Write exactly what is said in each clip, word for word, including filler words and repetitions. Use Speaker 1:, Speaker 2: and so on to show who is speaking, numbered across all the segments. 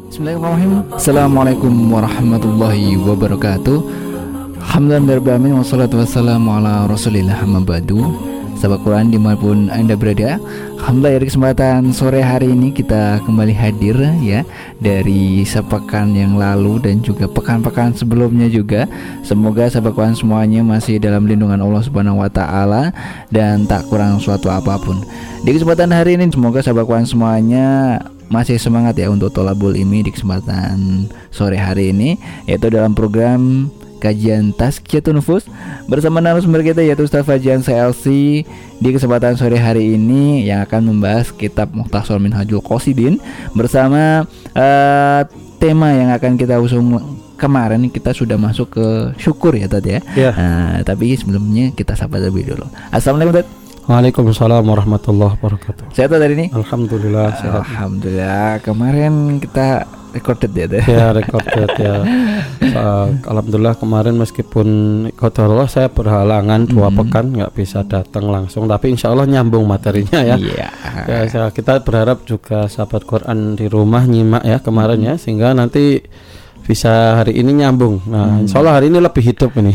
Speaker 1: Bismillahirrahmanirrahim. Assalamualaikum warahmatullahi wabarakatuh. Alhamdulillahirrahmanirrahim. Wassalatu wassalamu ala rasulillah amma ba'du. Sahabat Quran dimanapun Anda berada, alhamdulillah di kesempatan sore hari ini kita kembali hadir ya, dari sepekan yang lalu dan juga pekan-pekan sebelumnya juga. Semoga sahabat Quran semuanya masih dalam lindungan Allah Subhanahu wa taala dan tak kurang suatu apapun. Di kesempatan hari ini semoga sahabat Quran semuanya masih semangat ya untuk tolabul ilmi di kesempatan sore hari ini, yaitu dalam program kajian Tazkiyatun Nufus bersama narasumber kita yaitu Ustaz Fajian C L C di kesempatan sore hari ini yang akan membahas kitab Mukhtasar Minhajul Qasidin bersama uh, tema yang akan kita usung. Kemarin kita sudah masuk ke syukur ya tadi ya, yeah. Nah, tapi sebelumnya kita sapa terlebih dulu. Assalamualaikum Ustaz.
Speaker 2: Waalaikumsalam warahmatullahi wabarakatuh.
Speaker 1: Sehat hari ini?
Speaker 2: Alhamdulillah sehat.
Speaker 1: Alhamdulillah. Kemarin kita recorded ya deh.
Speaker 2: Ya recorded ya. uh, Alhamdulillah kemarin meskipun qadarullah saya berhalangan dua mm-hmm. pekan nggak bisa datang langsung, tapi insya Allah nyambung materinya ya.
Speaker 1: Iya.
Speaker 2: Yeah. Ya, kita berharap juga sahabat Quran di rumah nyimak ya kemarin mm-hmm. ya, sehingga nanti bisa hari ini nyambung. Nah, hmm. insya Allah hari ini lebih hidup ini.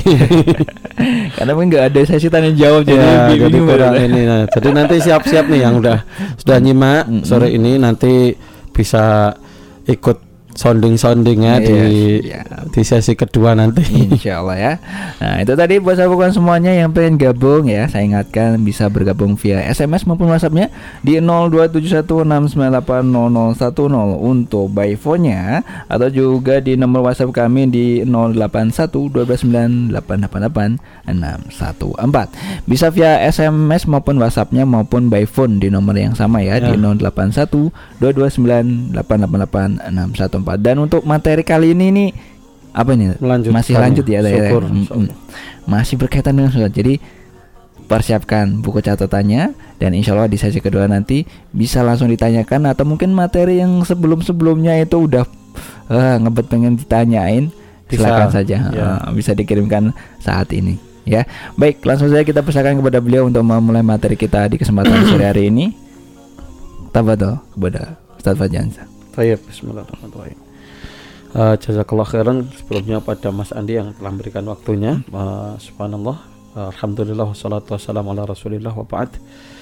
Speaker 1: Karena mungkin nggak ada sesi tanya jawab jadi
Speaker 2: ya, jadi kurang ini. Nah, jadi nanti siap-siap nih yang udah sudah nyimak hmm. sore ini nanti bisa ikut sounding-soundingnya di ya. di sesi kedua nanti.
Speaker 1: Insya Allah ya. Nah itu tadi buat sahabat semuanya yang pengen gabung ya, saya ingatkan bisa bergabung via S M S maupun WhatsAppnya di nol dua tujuh satu enam sembilan delapan nol nol satu nol untuk by phone-nya, atau juga di nomor WhatsApp kami di nol delapan satu dua sembilan delapan delapan delapan enam satu empat. Bisa via S M S maupun WhatsApp-nya maupun by phone di nomor yang sama ya, ya. Di nol delapan satu dua dua sembilan delapan delapan delapan enam satu. Dan untuk materi kali ini nih apa nih?
Speaker 2: Lanjut,
Speaker 1: masih lanjut ya,
Speaker 2: syukur,
Speaker 1: ya. Mm-mm. Masih berkaitan dengan sholat. Jadi persiapkan buku catatannya dan insya Allah di sesi kedua nanti bisa langsung ditanyakan, atau mungkin materi yang sebelum-sebelumnya itu udah uh, ngebet pengen ditanyain, bisa, silakan saja ya. uh, bisa dikirimkan saat ini ya. Baik, langsung saja kita persilakan kepada beliau untuk memulai materi kita di kesempatan sore hari ini. Tafadhol kepada Ustaz Fajian.
Speaker 2: Baik, bismillahirrahmanirrahim. Uh, jazakallah khairan sebelumnya pada Mas Andi yang telah memberikan waktunya. Uh, subhanallah, uh, alhamdulillah wassalatu wassalamu ala rasulillah wa ba'd.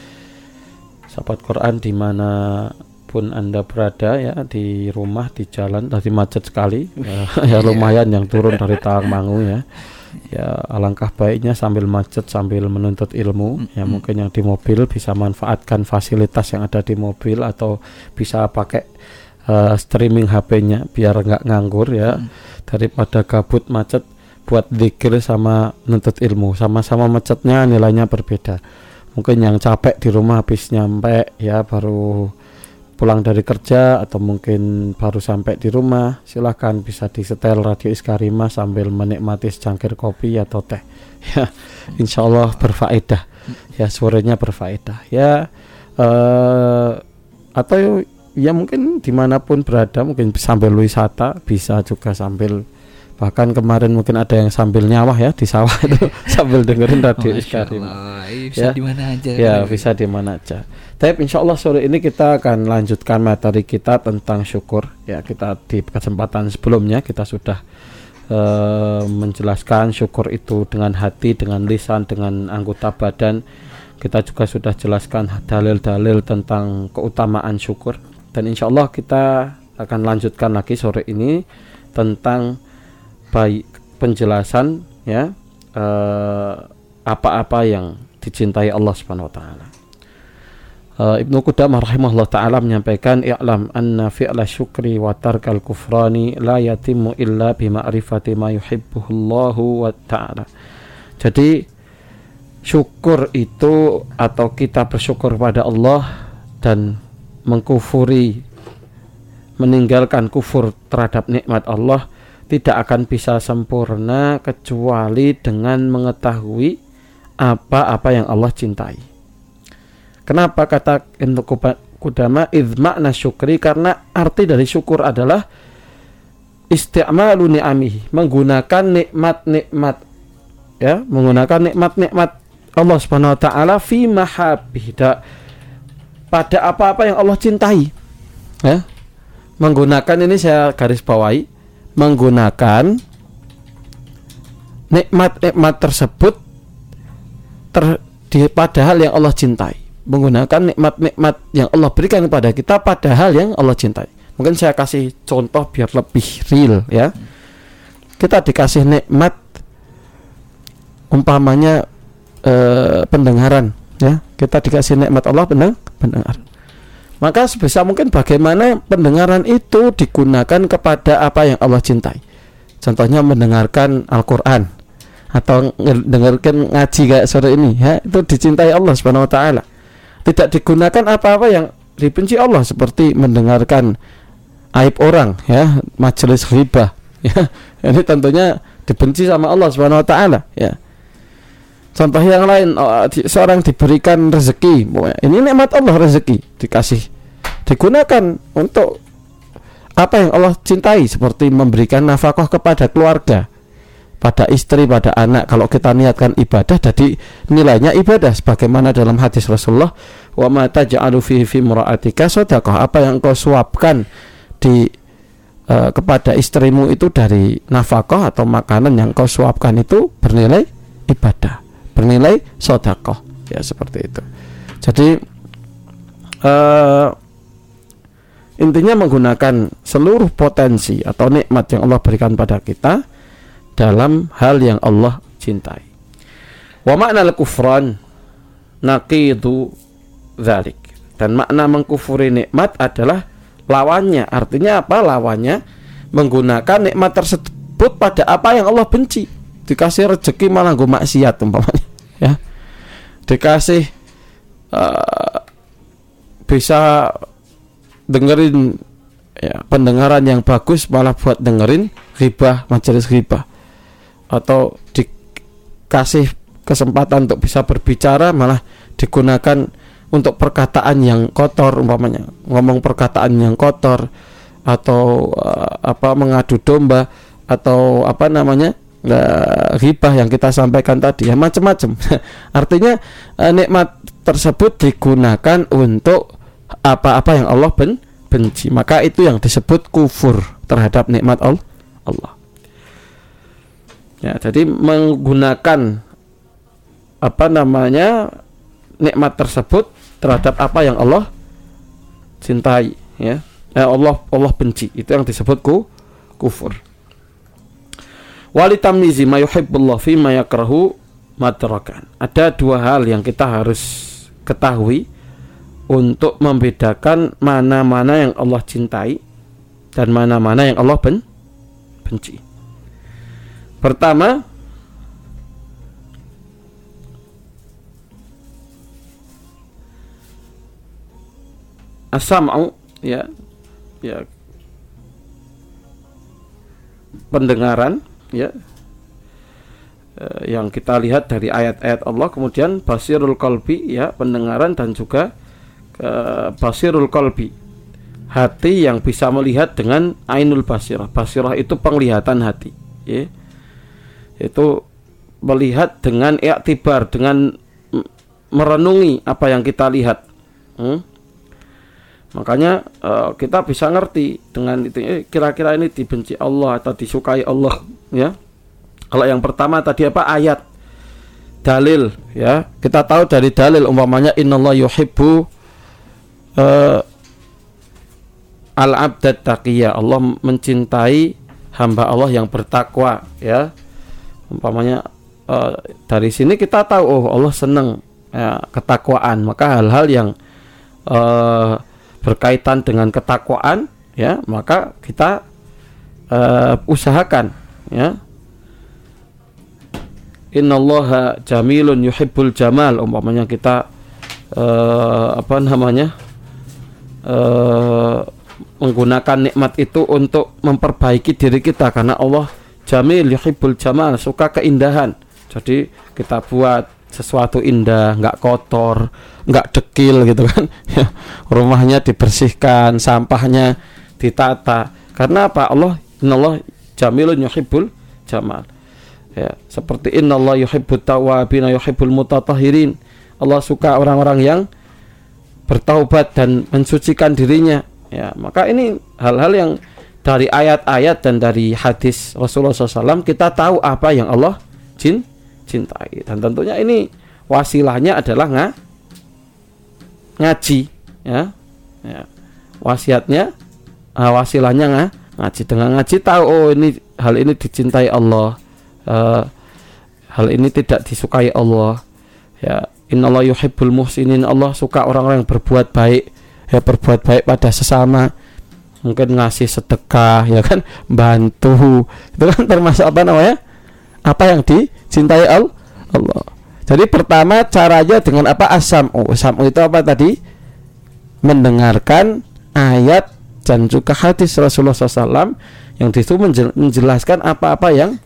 Speaker 2: Sahabat Quran dimanapun Anda berada ya, di rumah, di jalan, tadi macet sekali uh, ya lumayan yang turun dari Tawangmangu ya. Ya alangkah baiknya sambil macet sambil menuntut ilmu. Ya mungkin yang di mobil bisa manfaatkan fasilitas yang ada di mobil, atau bisa pakai Uh, streaming H P-nya biar nggak nganggur ya, hmm. daripada gabut macet. Buat zikir sama nuntut ilmu sama-sama macetnya nilainya berbeda. Mungkin yang capek di rumah habis nyampe ya baru pulang dari kerja, atau mungkin baru sampai di rumah, silahkan bisa disetel Radio Iskarima sambil menikmati secangkir kopi atau teh ya, insya Allah berfaedah ya, suaranya berfaedah ya. Uh, atau ya mungkin dimanapun berada, mungkin sambil wisata, bisa juga sambil, bahkan kemarin mungkin ada yang sambil nyawah ya di sawah itu sambil dengerin Radio Iskarima
Speaker 1: ya, bisa di mana aja
Speaker 2: ya, bisa di mana aja. Tapi insya Allah sore ini kita akan lanjutkan materi kita tentang syukur ya. Kita di kesempatan sebelumnya kita sudah uh, menjelaskan syukur itu dengan hati, dengan lisan, dengan anggota badan. Kita juga sudah jelaskan dalil-dalil tentang keutamaan syukur. Dan insya Allah kita akan lanjutkan lagi sore ini tentang baik penjelasan ya, eh, apa-apa yang dicintai Allah Subhanahu wa taala. Eh, Ibnu Qudamah rahimahullah taala menyampaikan, i'lam anna fi'la syukri wa tarkal kufrani la yatimmu illa bi ma'rifati ma yuhibbuhullahu wa ta'ala. Jadi syukur itu, atau kita bersyukur pada Allah dan mengkufuri, meninggalkan kufur terhadap nikmat Allah, tidak akan bisa sempurna kecuali dengan mengetahui apa-apa yang Allah cintai. Kenapa kata Ibnu Qudamah idz makna syukri? Karena arti dari syukur adalah isti'malu ni'amihi, menggunakan nikmat-nikmat ya, menggunakan nikmat-nikmat Allah Subhanahu wa taala fi mahabbih, pada apa-apa yang Allah cintai ya. menggunakan, ini saya garis bawahi, menggunakan nikmat-nikmat tersebut ter, di, padahal yang Allah cintai, menggunakan nikmat-nikmat yang Allah berikan kepada kita padahal yang Allah cintai. Mungkin saya kasih contoh biar lebih real ya. Kita dikasih nikmat umpamanya eh, pendengaran ya, kita dikasih nikmat Allah pendeng pendengar. Maka sebisa mungkin bagaimana pendengaran itu digunakan kepada apa yang Allah cintai. Contohnya mendengarkan Al-Qur'an atau mendengarkan ngaji kayak sore ini ya, itu dicintai Allah Subhanahu wa taala. Tidak digunakan apa-apa yang dibenci Allah seperti mendengarkan aib orang ya, majelis ghibah ya. Ini tentunya dibenci sama Allah Subhanahu wa taala ya. Contoh yang lain, seorang diberikan rezeki, ini nikmat Allah, rezeki dikasih, digunakan untuk apa yang Allah cintai seperti memberikan nafkah kepada keluarga, pada istri, pada anak. Kalau kita niatkan ibadah, jadi nilainya ibadah sebagaimana dalam hadis Rasulullah, wa ma taj'alu fi fi mura'atika shadaqah, apa yang kau suapkan di uh, kepada istrimu itu dari nafkah atau makanan yang kau suapkan itu bernilai ibadah, bernilai sedekah ya, seperti itu. Jadi uh, intinya menggunakan seluruh potensi atau nikmat yang Allah berikan pada kita dalam hal yang Allah cintai. Wa makna al-kufran naqidu dzalik, dan makna mengkufuri nikmat adalah lawannya. Artinya apa lawannya? Menggunakan nikmat tersebut pada apa yang Allah benci. Dikasih rezeki malah nggo maksiat umpamanya ya. Dikasih uh, bisa dengerin ya, pendengaran yang bagus malah buat dengerin ghibah, majelis ghibah. Atau dikasih kesempatan untuk bisa berbicara malah digunakan untuk perkataan yang kotor umpamanya, ngomong perkataan yang kotor, atau uh, apa mengadu domba, atau apa namanya uh, ghibah yang kita sampaikan tadi ya, macam-macam. Artinya uh, nikmat tersebut digunakan untuk apa-apa yang Allah ben benci, maka itu yang disebut kufur terhadap nikmat Allah. Ya, jadi menggunakan apa namanya nikmat tersebut terhadap apa yang Allah cintai ya, eh, Allah Allah benci, itu yang disebut ku, kufur. Walitamyizi ma yuhibbullah fi ma yakrahu madrakan. Ada dua hal yang kita harus ketahui untuk membedakan mana-mana yang Allah cintai dan mana-mana yang Allah ben benci. Pertama, as-sam'u ya, ya pendengaran ya, eh, yang kita lihat dari ayat-ayat Allah. Kemudian basirul qalbi ya, pendengaran dan juga eh, basirul qalbi, hati yang bisa melihat dengan ainul basirah. Basirah itu penglihatan hati ya, itu melihat dengan i'tibar, dengan merenungi apa yang kita lihat. hmm? Makanya uh, kita bisa ngerti dengan itu, eh, kira-kira ini dibenci Allah atau disukai Allah ya. Kalau yang pertama tadi apa, ayat, dalil ya, kita tahu dari dalil umpamanya innallaha yuhibbu uh, al-abdat taqiyya, Allah mencintai hamba Allah yang bertakwa ya. Umpamanya uh, dari sini kita tahu oh Allah senang ya, ketakwaan. Maka hal-hal yang uh, berkaitan dengan ketakwaan ya, maka kita uh, usahakan ya. Innallaha jamilun yuhibbul jamal, umpamanya kita uh, apa namanya uh, menggunakan nikmat itu untuk memperbaiki diri kita, karena Allah jamil yuhibbul jamal, suka keindahan. Jadi kita buat sesuatu indah, nggak kotor, nggak dekil gitu kan ya, rumahnya dibersihkan, sampahnya ditata. Karena apa? Allah, innallaha jamilun yuhibbul jamal ya. Seperti innallaha yuhibbut tawwabin yuhibbul mutatahhirin, Allah suka orang-orang yang bertaubat dan mensucikan dirinya Ya, maka ini hal-hal yang dari ayat-ayat dan dari hadis Rasulullah shallallahu alaihi wasallam kita tahu apa yang Allah jin, cintai. Dan tentunya ini wasilahnya adalah nga, ngaji, ya. Ya. Wasiatnya, uh, wasilahnya nga, ngaji. Dengan ngaji tahu, oh ini hal ini dicintai Allah, uh, hal ini tidak disukai Allah. Ya, innallaha yuhibbul muhsinin. Allah suka orang-orang yang berbuat baik, ya berbuat baik pada sesama. Mungkin ngasih sedekah, ya kan, bantu. Itu kan termasuk apa namanya? Apa yang dicintai Allah. Jadi pertama caranya dengan apa? As-sam'u. As-sam'u itu apa tadi? Mendengarkan ayat dan juga hadis Rasulullah shallallahu alaihi wasallam yang itu menjelaskan apa-apa yang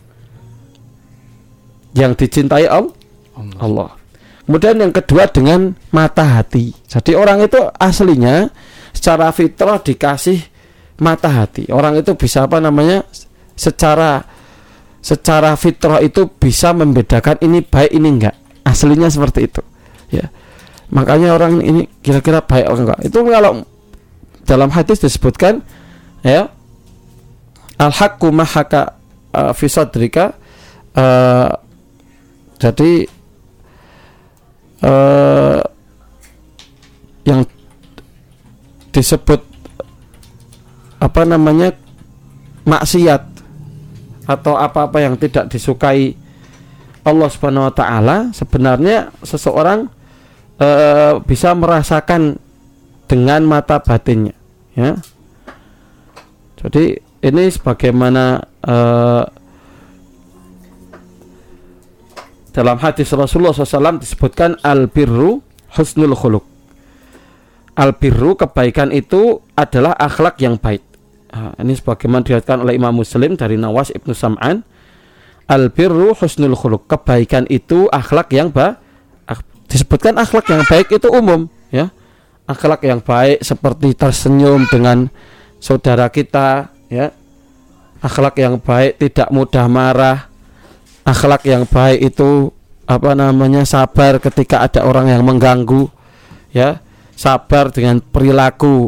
Speaker 2: yang dicintai Allah. Allah. Kemudian yang kedua dengan mata hati. Jadi orang itu aslinya secara fitrah dikasih mata hati. Orang itu bisa apa namanya? Secara secara fitrah itu bisa membedakan ini baik ini enggak. Aslinya seperti itu. Ya. Makanya orang ini kira-kira baik atau enggak. Itu kalau dalam hadis disebutkan ya, al-haqqu ma haka uh, fi sadrika, uh, jadi uh, yang disebut apa namanya maksiat atau apa-apa yang tidak disukai Allah Subhanahu wa taala, sebenarnya seseorang uh, bisa merasakan dengan mata batinnya, ya. Jadi ini sebagaimana uh, dalam hadis Rasulullah shallallahu alaihi wasallam disebutkan al-birru husnul khuluq. Al-birru, kebaikan itu adalah akhlak yang baik. Nah, ini sebagaimana diriwayatkan oleh Imam Muslim dari Nawas Ibnu Sam'an. Al-birru husnul khuluq, kebaikan itu akhlak yang baik. Disebutkan akhlak yang baik itu umum, ya. Akhlak yang baik seperti tersenyum dengan saudara kita, ya. Akhlak yang baik tidak mudah marah. Akhlak yang baik itu apa namanya? Sabar ketika ada orang yang mengganggu, ya. Sabar dengan perilaku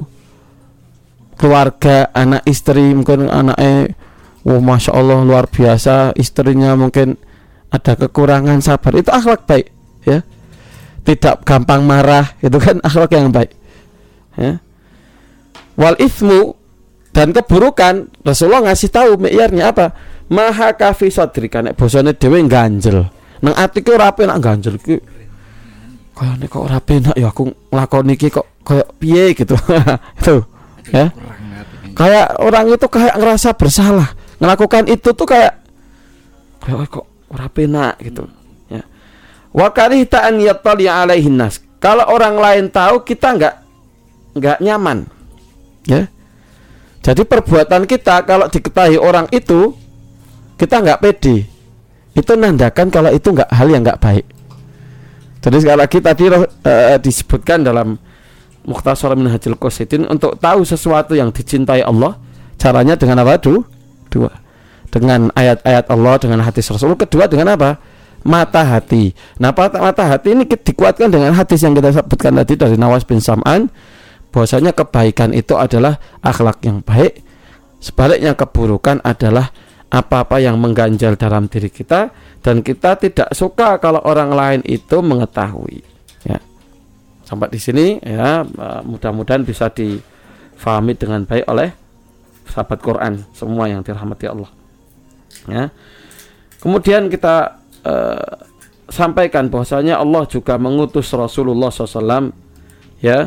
Speaker 2: keluarga, anak istri, mungkin anaknya, wah masya Allah luar biasa, istrinya mungkin ada kekurangan, sabar, itu akhlak baik, ya. Tidak gampang marah, itu kan akhlak yang baik, ya. Wal ithmu, dan keburukan, Rasulullah ngasih tahu mi'yarnya apa? Maha kafi sadrika, nek bosone dhewe ganjel. Nang ati ki ora penak ganjel ki. Kaya nek kok ora penak ya aku nglakoni iki kok kaya piye gitu. Itu, ya. Kayak orang itu kayak ngerasa bersalah. Melakukan itu tuh kayak kayak kok ora penak gitu, ya. Wa karihta an yattali alaihin nas. Kalau orang lain tahu kita enggak enggak nyaman, ya. Jadi perbuatan kita kalau diketahui orang itu kita enggak pede. Itu nandakan kalau itu enggak hal yang enggak baik. Jadi sekali lagi tadi uh, disebutkan dalam Mukhtasar Minhajul Qasidin, untuk tahu sesuatu yang dicintai Allah, caranya dengan apa? Du? Dua. Dengan ayat-ayat Allah, dengan hadis Rasul. Kedua dengan apa? Mata hati. Nah, mata hati ini dikuatkan dengan hadis yang kita sebutkan tadi dari Nawas bin Sam'an, bahwasanya kebaikan itu adalah akhlak yang baik, sebaliknya keburukan adalah apa-apa yang mengganjal dalam diri kita dan kita tidak suka kalau orang lain itu mengetahui, ya. Sampai di sini, ya, mudah-mudahan bisa difahami dengan baik oleh sahabat Quran semua yang dirahmati Allah, ya. Kemudian kita uh, sampaikan bahwasanya Allah juga mengutus Rasulullah shallallahu alaihi wasallam, ya,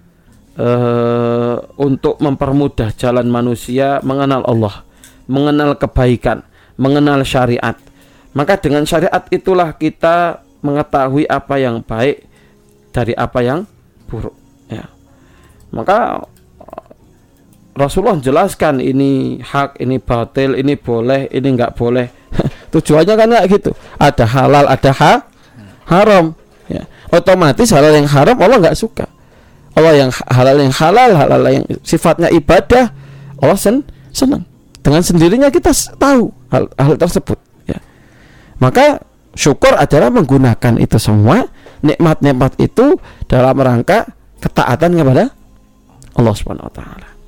Speaker 2: uh, untuk mempermudah jalan manusia mengenal Allah, mengenal kebaikan, mengenal syariat. Maka dengan syariat itulah kita mengetahui apa yang baik dari apa yang buruk, ya. Maka Rasulullah jelaskan ini hak, ini batil, ini boleh, ini enggak boleh. Tujuannya kan enggak gitu. Ada halal, ada ha haram, ya. Otomatis halal yang haram Allah enggak suka. Allah yang halal yang halal, halal yang sifatnya ibadah, Allah sen senang. Dengan sendirinya kita tahu hal, hal tersebut, ya. Maka syukur adalah menggunakan itu semua nikmat-nikmat itu dalam rangka ketaatan kepada Allah Subhanahu wa taala.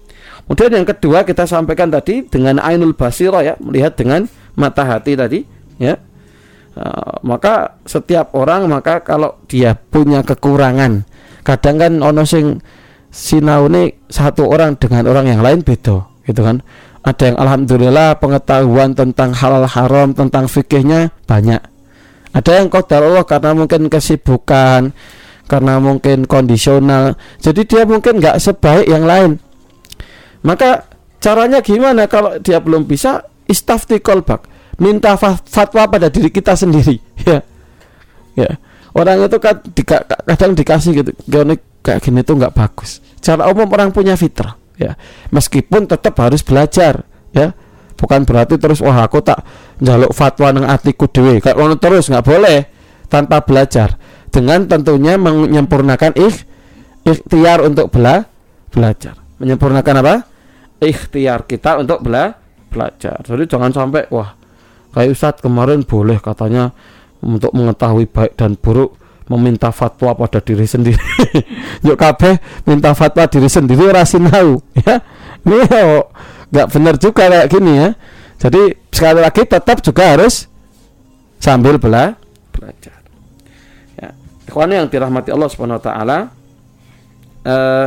Speaker 2: Kemudian yang kedua kita sampaikan tadi dengan ainul basirah ya, melihat dengan mata hati tadi ya. Uh, maka setiap orang maka kalau dia punya kekurangan, kadang kan ono sing sinaune satu orang dengan orang yang lain beda gitu kan. Ada yang alhamdulillah pengetahuan tentang halal haram, tentang fikihnya banyak. Ada yang qadar Allah karena mungkin kesibukan, karena mungkin kondisional, jadi dia mungkin nggak sebaik yang lain. Maka caranya gimana kalau dia belum bisa? Istafti kolbak, minta fatwa pada diri kita sendiri ya. Ya. Orang itu kan kadang dikasih gitu, kayak gini tuh nggak bagus. Secara umum orang punya fitrah ya, meskipun tetap harus belajar ya. Bukan berarti terus wah aku tak njaluk fatwa nang atiku dhewe kayak ngono terus, nggak boleh. Tanpa belajar, dengan tentunya menyempurnakan ikh, ikhtiar untuk bela, belajar. Menyempurnakan apa? Ikhtiar kita untuk bela, belajar. Jadi jangan sampai wah kayak Ustadz kemarin boleh katanya untuk mengetahui baik dan buruk meminta fatwa pada diri sendiri. Yuk kabeh minta fatwa diri sendiri ora sinau ya. Ini nggak benar juga kayak gini ya. Jadi sekali lagi tetap juga harus sambil bela, belajar. Ya, ikhwan yang dirahmati Allah Subhanahu wa taala, uh,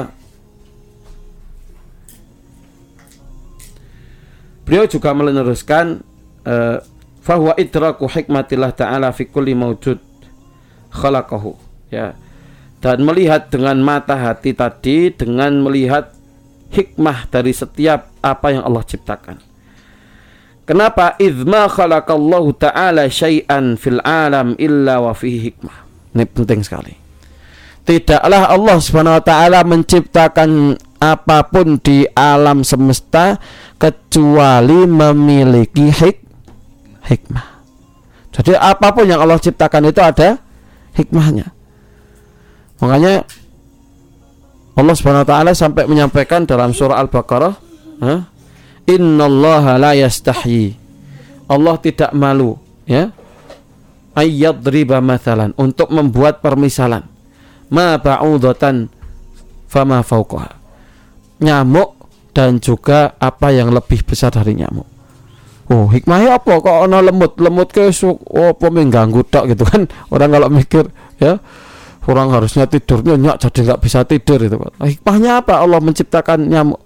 Speaker 2: beliau juga meneruskan uh, fahuwa idraku hikmatillah ta'ala fi kulli mawjud khalaqahu ya, dan melihat dengan mata hati tadi, dengan melihat hikmah dari setiap apa yang Allah ciptakan. Kenapa? Idzma khalaqallahu ta'ala syai'an fil alam illa wa fihi hikmah. Ini penting sekali. Tidaklah Allah Subhanahu wa taala menciptakan apapun di alam semesta kecuali memiliki hik hikmah. Jadi apapun yang Allah ciptakan itu ada hikmahnya. Makanya Allah Subhanahu wa taala sampai menyampaikan dalam surah Al-Baqarah, huh? Innallaha la yastahyi. Allah tidak malu ya. Ayyadriba mathalan, untuk membuat permisalan. Ma ba'udatan fama fawqaha. Nyamuk dan juga apa yang lebih besar dari nyamuk. Oh, hikmahnya apa? Kok ana lemut, lemut ke oh, apa mengganggu tok gitu kan. Orang kalau mikir ya, orang harusnya tidur nyenyak jadi nggak bisa tidur itu. Hikmahnya apa Allah menciptakan nyamuk?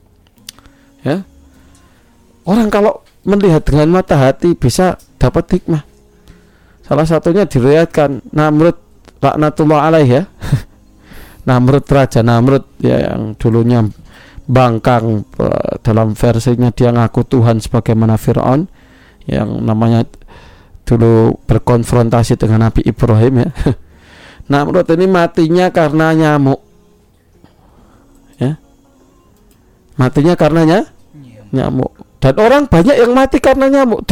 Speaker 2: Ya. Orang kalau melihat dengan mata hati bisa dapat hikmah. Salah satunya diriwayatkan Namrud laknatullah alaih ya. Namrud, Raja Namrud ya, yang dulunya bangkang, dalam versinya dia ngaku Tuhan sebagaimana Fir'aun yang namanya dulu berkonfrontasi dengan Nabi Ibrahim ya. Namrud ini matinya karena nyamuk ya. Matinya karenanya nyamuk. Dan orang banyak yang mati karena nyamuk,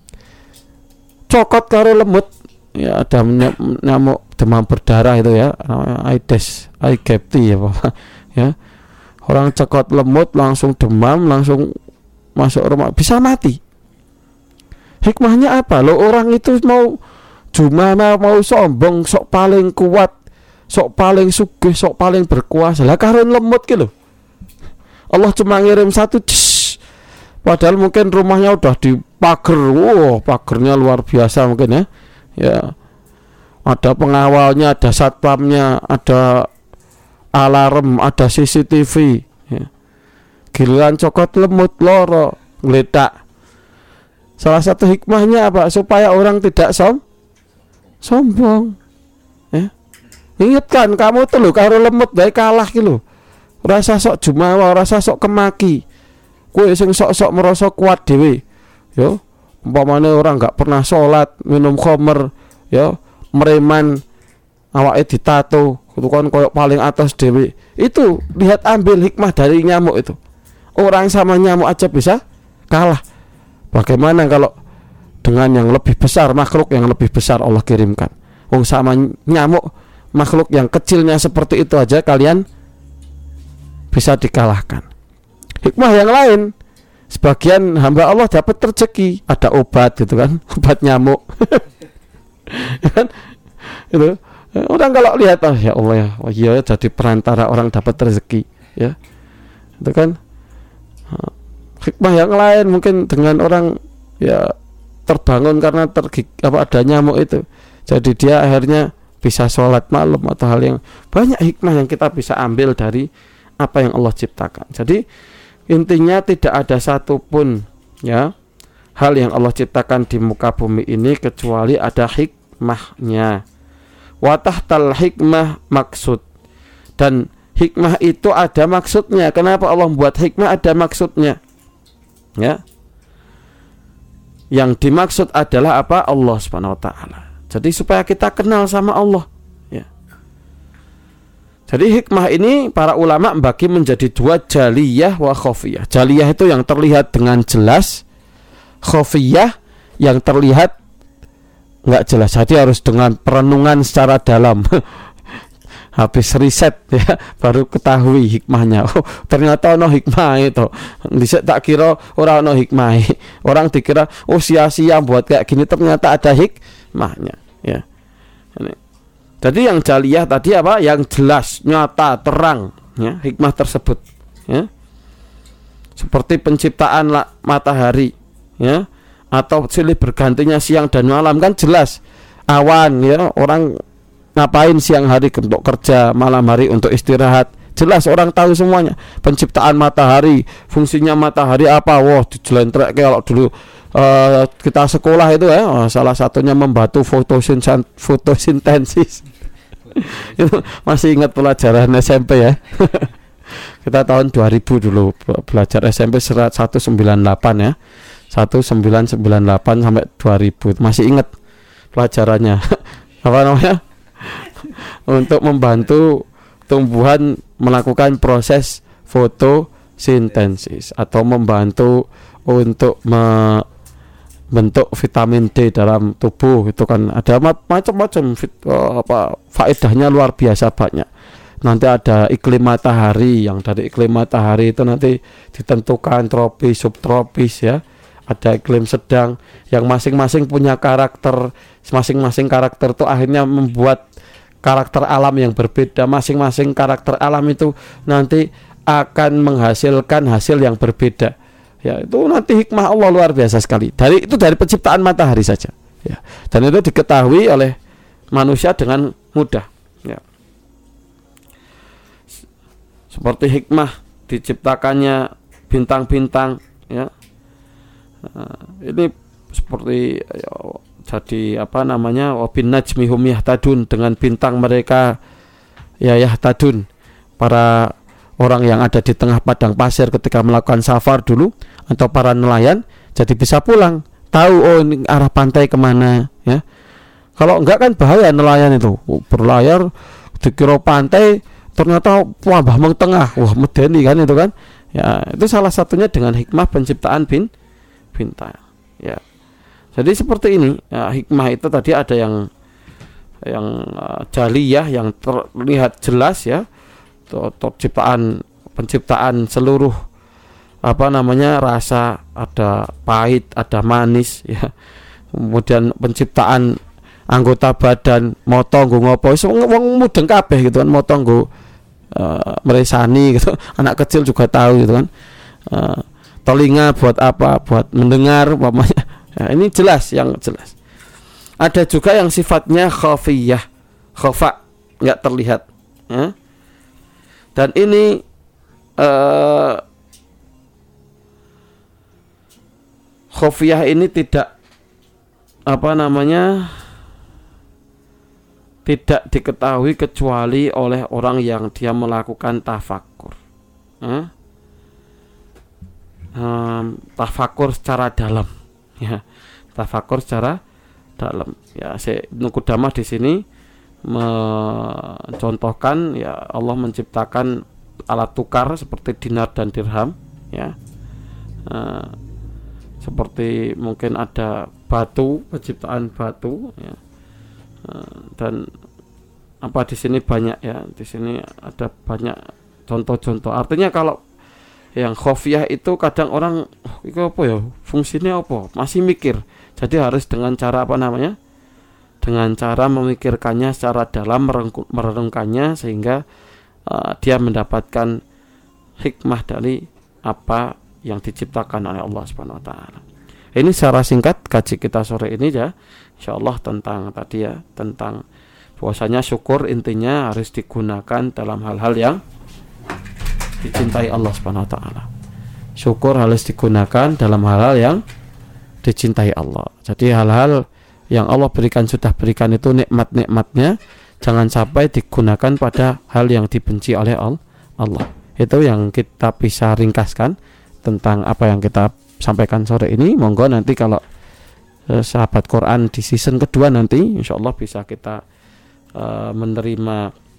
Speaker 2: dicokot karo lemut ya, ada nyamuk demam berdarah itu ya, Aedes aegypti ya Bapak ya. Orang cekot lemut langsung demam, langsung masuk rumah, bisa mati. Hikmahnya apa? Lo orang itu mau gimana, mau sombong, sok paling kuat, sok paling sugih, sok paling berkuasa. Lah karun lemut gitu. Allah cuma ngirim satu, cis, padahal mungkin rumahnya udah dipager, wow, pagernya luar biasa mungkin ya. Ya. Ada pengawalnya, ada satpamnya, ada alarm, ada C C T V ya. Giliran cokot lemut loro ngeledak. Salah satu hikmahnya apa? Supaya orang tidak som sombong ya. Ingatkan kamu tuh lho karo lemut bae kalah ki lho. Rasa sok jumawa, rasa sok kemaki. Kowe sing sok-sok merasa kuat dhewe. Ya, umpamane orang enggak pernah sholat, minum khamr ya, mereman, awake ditato, itu kan koyok paling atas dewi. Itu lihat, ambil hikmah dari nyamuk itu. Orang sama nyamuk aja bisa kalah. Bagaimana kalau dengan yang lebih besar, makhluk yang lebih besar Allah kirimkan. Wong sama nyamuk, makhluk yang kecilnya seperti itu aja kalian bisa dikalahkan. Hikmah yang lain, sebagian hamba Allah dapat rezeki, ada obat gitu kan, obat nyamuk. Kan itu orang kalau lihat oh ya Allah ya, oh iya jadi perantara orang dapat rezeki ya, itu kan hikmah yang lain mungkin dengan orang ya terbangun karena tergig apa ada nyamuk itu, jadi dia akhirnya bisa sholat malam atau hal yang banyak hikmah yang kita bisa ambil dari apa yang Allah ciptakan. Jadi intinya tidak ada satupun ya hal yang Allah ciptakan di muka bumi ini kecuali ada hikmahnya. Wa tahtal hikmah maksud, dan hikmah itu ada maksudnya. Kenapa Allah membuat hikmah? Ada maksudnya ya. Yang dimaksud adalah apa? Allah Subhanahu wa taala. Jadi supaya kita kenal sama Allah ya. Jadi hikmah ini para ulama membagi menjadi dua, jaliyah wa khafiyah. Jaliyah itu yang terlihat dengan jelas, khafiyah yang terlihat enggak jelas. Jadi harus dengan perenungan secara dalam. Habis riset ya baru ketahui hikmahnya. Oh, ternyata ono hikmah itu. Dhisik tak kira ora ono hikmah. Orang dikira oh sia-sia buat kayak gini, ternyata ada hikmahnya ya. Ini. Jadi yang jaliyah tadi apa? Yang jelas, nyata, terang ya, hikmah tersebut ya. Seperti penciptaan matahari ya, atau silih bergantinya siang dan malam kan jelas. Awan ya, orang ngapain siang hari untuk kerja, malam hari untuk istirahat, jelas orang tahu semuanya. Penciptaan matahari, fungsinya matahari apa? Wah, dijelentrek kalau dulu uh, kita sekolah itu ya, oh, salah satunya membantu fotosintesis, fotosintesis. Itu masih ingat pelajaran S M P ya. Kita tahun dua ribu dulu belajar S M P seratus sembilan puluh delapan ya, seribu sembilan ratus sembilan puluh delapan sampai dua ribu, masih ingat pelajarannya. Apa namanya? Untuk membantu tumbuhan melakukan proses fotosintesis atau membantu untuk membentuk vitamin D dalam tubuh. Itu kan ada macam-macam apa faedahnya luar biasa banyak. Nanti ada iklim matahari, yang dari iklim matahari itu nanti ditentukan tropis, subtropis ya. Ada iklim sedang yang masing-masing punya karakter, masing-masing karakter itu akhirnya membuat karakter alam yang berbeda. Masing-masing karakter alam itu nanti akan menghasilkan hasil yang berbeda. Ya, itu nanti hikmah Allah luar biasa sekali. Dari itu dari penciptaan matahari saja. Ya. Dan itu diketahui oleh manusia dengan mudah. Ya. Seperti hikmah diciptakannya bintang-bintang. Ya. Nah, ini seperti ya, jadi apa namanya wabin najmi hum yahtadun, dengan bintang mereka ya yahtadun, para orang yang ada di tengah padang pasir ketika melakukan safar dulu atau para nelayan jadi bisa pulang, tahu oh ini arah pantai kemana ya. Kalau enggak kan bahaya nelayan itu berlayar dikira pantai ternyata wabah meng tengah, wah medeni kan itu kan ya. Itu salah satunya dengan hikmah penciptaan bin bintang ya. Jadi seperti ini ya, hikmah itu tadi ada yang yang uh, jaliyah yang terlihat jelas ya, penciptaan penciptaan seluruh apa namanya rasa, ada pahit, ada manis ya. Kemudian penciptaan anggota badan, moto nggo ngopo, wong mudeng kabeh gitu kan, moto nggo uh, meresani gitu. Anak kecil juga tahu gitu kan. Uh, telinga buat apa? Buat mendengar umpamanya. Ya, ini jelas, yang jelas. Ada juga yang sifatnya khafiyah, khafa, enggak terlihat ya. Dan ini uh, khafiyah ini tidak apa namanya tidak diketahui kecuali oleh orang yang dia melakukan tafakur ya. Um, tafakur secara dalam ya, tafakur secara dalam ya. Ibnu Qudamah di sini mencontohkan ya, Allah menciptakan alat tukar seperti dinar dan dirham ya, uh, seperti mungkin ada batu, penciptaan batu ya, uh, dan apa di sini banyak ya, di sini ada banyak contoh-contoh. Artinya kalau yang khafiyah itu kadang orang oh, itu apa ya, fungsinya apa, masih mikir. Jadi harus dengan cara apa namanya, dengan cara memikirkannya secara dalam, merenungkannya sehingga uh, dia mendapatkan hikmah dari apa yang diciptakan oleh Allah Subhanahu wa taala. Ini secara singkat kaji kita sore ini ya, insyaallah tentang tadi ya, tentang bahwasanya syukur intinya harus digunakan dalam hal-hal yang dicintai Allah Subhanahu wa taala. Syukur harus digunakan dalam hal-hal yang dicintai Allah. Jadi hal-hal yang Allah berikan, sudah berikan itu nikmat-nikmatnya, jangan sampai digunakan pada hal yang dibenci oleh Allah. Itu yang kita bisa ringkaskan tentang apa yang kita sampaikan sore ini. Monggo nanti kalau eh, sahabat Quran di season kedua nanti insyaallah bisa kita eh, menerima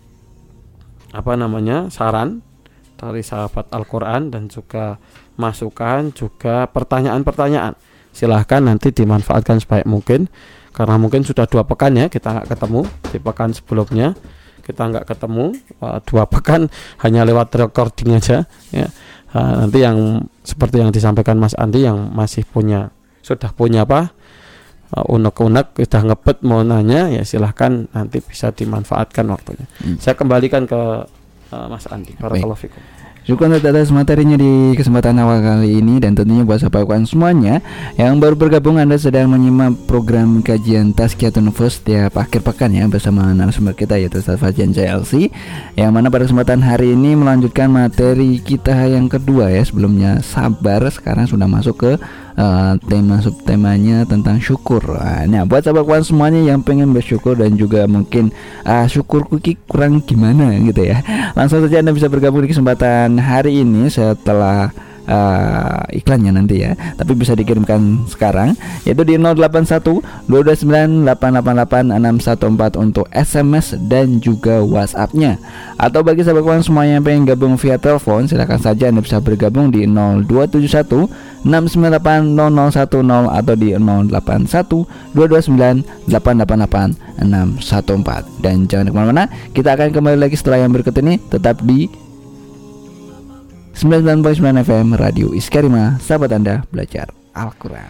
Speaker 2: apa namanya saran dari sahabat Al-Quran dan juga masukan, juga pertanyaan-pertanyaan. Silahkan nanti dimanfaatkan sebaik mungkin, karena mungkin sudah dua pekan ya kita nggak ketemu. Di pekan sebelumnya kita nggak ketemu, dua pekan hanya lewat recording aja ya. Nah, nanti yang seperti yang disampaikan Mas Andi yang masih punya, sudah punya apa unek-unek, sudah ngebet mau nanya, ya silahkan nanti bisa dimanfaatkan waktunya. hmm. Saya kembalikan ke uh, Mas Andi. Barakallahu fikum.
Speaker 1: Syukur atas materinya di kesempatan awal kali ini, dan tentunya buat sahabat kawan semuanya yang baru bergabung, Anda sedang menyimak program kajian Tazkiyatun Nufus tiap akhir pekan ya, bersama narasumber kita yaitu Ustaz Fajan C L C, yang mana pada kesempatan hari ini melanjutkan materi kita yang kedua ya. Sebelumnya sabar, sekarang sudah masuk ke Uh, tema subtemanya tentang syukur. Nah, buat sahabat kawan semuanya yang pengen bersyukur dan juga mungkin uh, syukurku kurang gimana gitu ya, langsung saja Anda bisa bergabung di kesempatan hari ini setelah Uh, iklannya nanti ya, tapi bisa dikirimkan sekarang yaitu di nol delapan satu dua dua sembilan delapan delapan delapan enam satu empat untuk S M S dan juga WhatsApp-nya. Atau bagi sahabat kawan semuanya yang pengen gabung via telepon, silakan saja Anda bisa bergabung di nol dua tujuh satu enam sembilan delapan nol nol satu nol atau di nol delapan satu dua dua sembilan delapan delapan delapan enam satu empat. Dan jangan kemana-mana, kita akan kembali lagi setelah yang berikut ini, tetap di sembilan puluh sembilan koma sembilan F M Radio Iskarima, sahabat Anda belajar Al-Quran.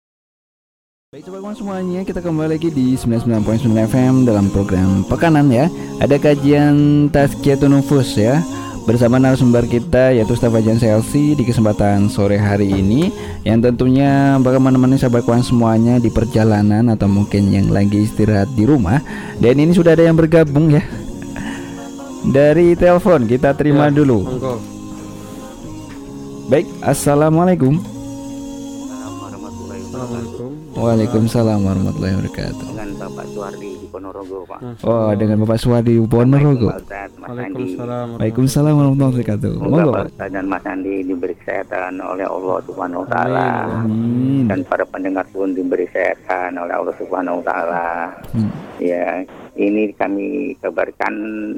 Speaker 1: Baik sahabat semuanya, kita kembali lagi di sembilan puluh sembilan koma sembilan F M dalam program Pekanan ya. Ada kajian Tazkiyatun Nufus ya, bersama narasumber kita yaitu Ustaz Fajan C L C di kesempatan sore hari ini, yang tentunya bakal menemani sahabat kawan semuanya di perjalanan atau mungkin yang lagi istirahat di rumah. Dan ini sudah ada yang bergabung ya dari telepon, kita terima ya, dulu. Monggo. Baik, assalamualaikum.
Speaker 3: Assalamualaikum.
Speaker 1: Waalaikumsalam warahmatullahi wabarakatuh.
Speaker 3: Dengan Bapak Suwardi di Ponorogo, Pak.
Speaker 1: Oh, dengan Bapak Suwardi di Ponorogo.
Speaker 2: Waalaikumsalam.
Speaker 1: Waalaikumsalam warahmatullahi wabarakatuh.
Speaker 3: Semoga Pak Ustaz dan Mas Andi diberi kesehatan oleh Allah Subhanahu wa taala.
Speaker 1: Amin.
Speaker 3: Dan para pendengar pun diberi kesehatan oleh Allah Subhanahu wa taala. Hmm. Ya, ini kami kabarkan